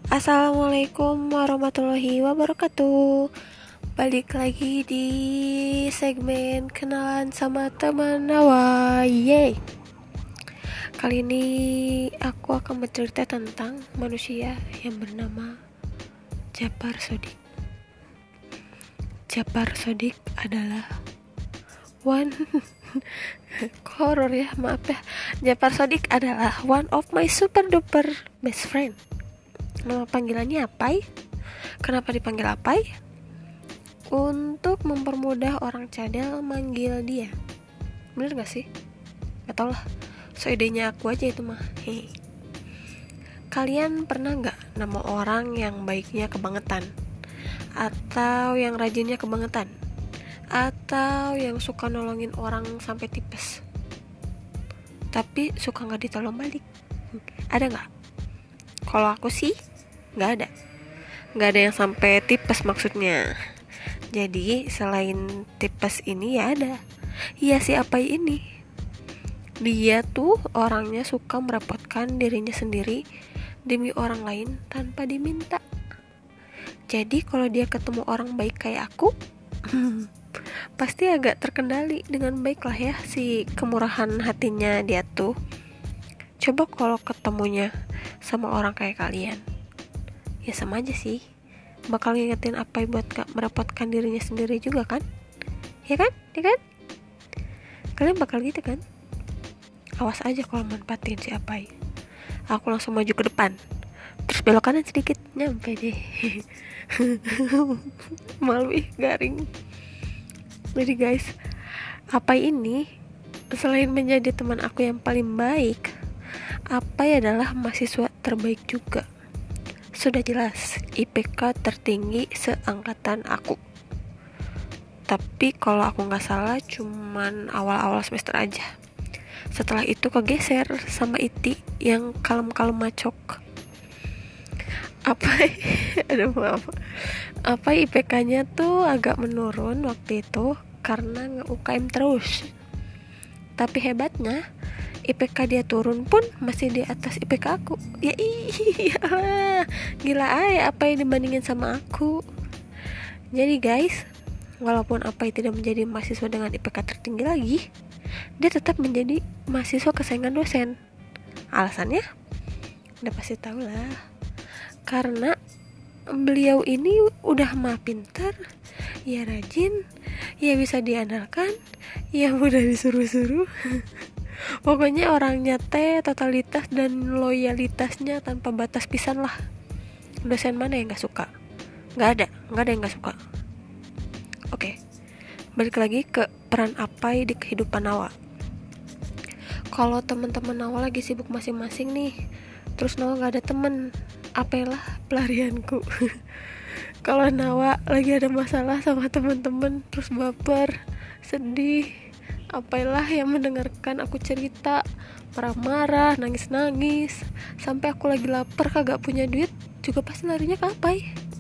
Assalamualaikum warahmatullahi wabarakatuh. Balik lagi di segmen kenalan sama teman Nawa. Yeay. Kali ini aku akan bercerita tentang manusia yang bernama Djapar Sodik. Djapar Sodik adalah one horror ya, maaf ya. Djapar Sodik adalah one of my super duper best friend. Nama panggilannya Apai. Kenapa dipanggil Apai? Untuk mempermudah orang cadel manggil dia. Bener gak sih? Gak tau lah. So idenya aku aja itu mah. Hehe. Kalian pernah gak nama orang yang baiknya kebangetan? Atau yang rajinnya kebangetan? Atau yang suka nolongin orang sampai tipes, tapi suka gak ditolong balik? Ada gak? Kalau aku sih nggak ada yang sampai tipes maksudnya. Jadi selain tipes ini ya ada. Iya si Apai ini. Dia tuh orangnya suka merepotkan dirinya sendiri demi orang lain tanpa diminta. Jadi kalau dia ketemu orang baik kayak aku, pasti agak terkendali dengan baik lah ya si kemurahan hatinya dia tuh. Coba kalau ketemunya sama orang kayak kalian, ya sama aja sih, bakal ngingetin Apai buat gak merepotkan dirinya sendiri juga kan? Ya kan? Kalian bakal gitu kan? Awas aja kalau manfaatin si Apai. Aku langsung maju ke depan, terus belok kanan sedikit, nyampe deh. Malu garing. Jadi guys, Apai ini selain menjadi teman aku yang paling baik, Apai adalah mahasiswa terbaik juga. Sudah jelas IPK tertinggi seangkatan aku. Tapi kalau aku gak salah cuman awal-awal semester aja. Setelah itu kegeser sama Iti yang kalem-kalem macok. Apa IPK-nya tuh agak menurun waktu itu karena nge-UKM terus. Tapi hebatnya IPK dia turun pun masih di atas IPK aku. Ya iya, gila apa yang dibandingin sama aku. Jadi guys, walaupun Apai tidak menjadi mahasiswa dengan IPK tertinggi lagi, dia tetap menjadi mahasiswa kesayangan dosen. Alasannya? Udah pasti tahu lah. Karena beliau ini udah mah pintar, ya rajin, ya bisa diandalkan, ya mudah disuruh-suruh. Pokoknya orangnya totalitas dan loyalitasnya tanpa batas pisan lah. Dosen mana yang gak suka? Gak ada yang gak suka. Oke, balik lagi ke peran Apai di kehidupan Nawa. Kalau teman-teman Nawa lagi sibuk masing-masing nih, terus Nawa gak ada temen, Apai lah pelarianku. Kalau Nawa lagi ada masalah sama teman-teman, terus baper, sedih, Apai lah yang mendengarkan aku cerita, marah-marah, nangis-nangis, sampai aku lagi lapar kagak punya duit juga pasti larinya ke Apai.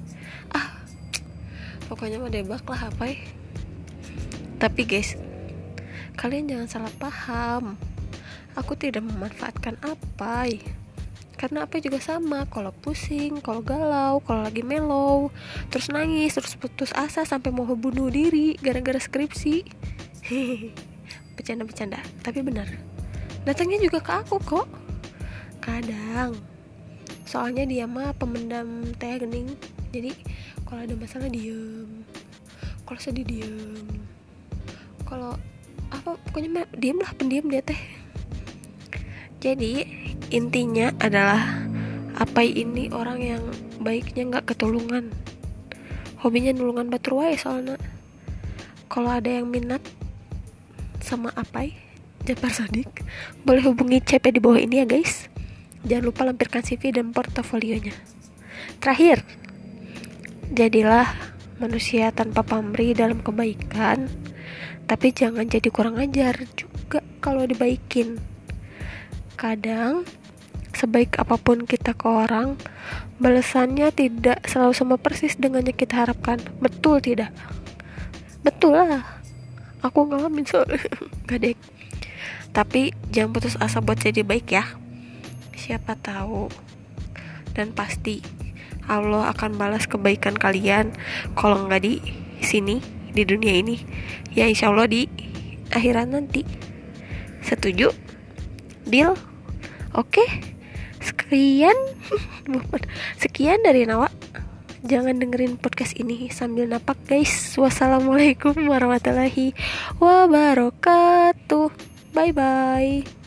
Pokoknya mah debak lah Apai. Tapi guys, kalian jangan salah paham, aku tidak memanfaatkan Apai. Karena Apai juga sama, kalau pusing, kalau galau, kalau lagi mellow, terus nangis, terus putus asa sampai mau bunuh diri gara-gara skripsi. Bercanda, tapi benar. Datangnya juga ke aku kok. Kadang. Soalnya dia mah pemendam teh gening. Jadi kalau ada masalah diem, kalau sedih diem, kalau apa pokoknya diem lah, pendiam dia teh. Jadi intinya adalah Apai ini orang yang baiknya nggak ketulungan. Hobinya nulungan batur wae soalnya. Kalau ada yang minat sama Apai, Djapar Sodik, boleh hubungi CP di bawah ini ya guys. Jangan lupa lampirkan CV dan portofolionya. Terakhir, jadilah manusia tanpa pamrih dalam kebaikan, tapi jangan jadi kurang ajar juga kalau dibaikin. Kadang sebaik apapun kita ke orang, balasannya tidak selalu sama persis dengan yang kita harapkan. Betul tidak? Betul lah. Aku ngalamin soalnya. Gadek. Tapi jangan putus asa buat jadi baik ya. Siapa tahu dan pasti Allah akan balas kebaikan kalian. Kalau nggak di sini, di dunia ini, ya insya Allah di akhirat nanti. Setuju? Deal? Oke? Sekian sekian dari Nawa. Jangan dengerin podcast ini sambil napak guys. Wassalamualaikum warahmatullahi wabarakatuh. Bye bye.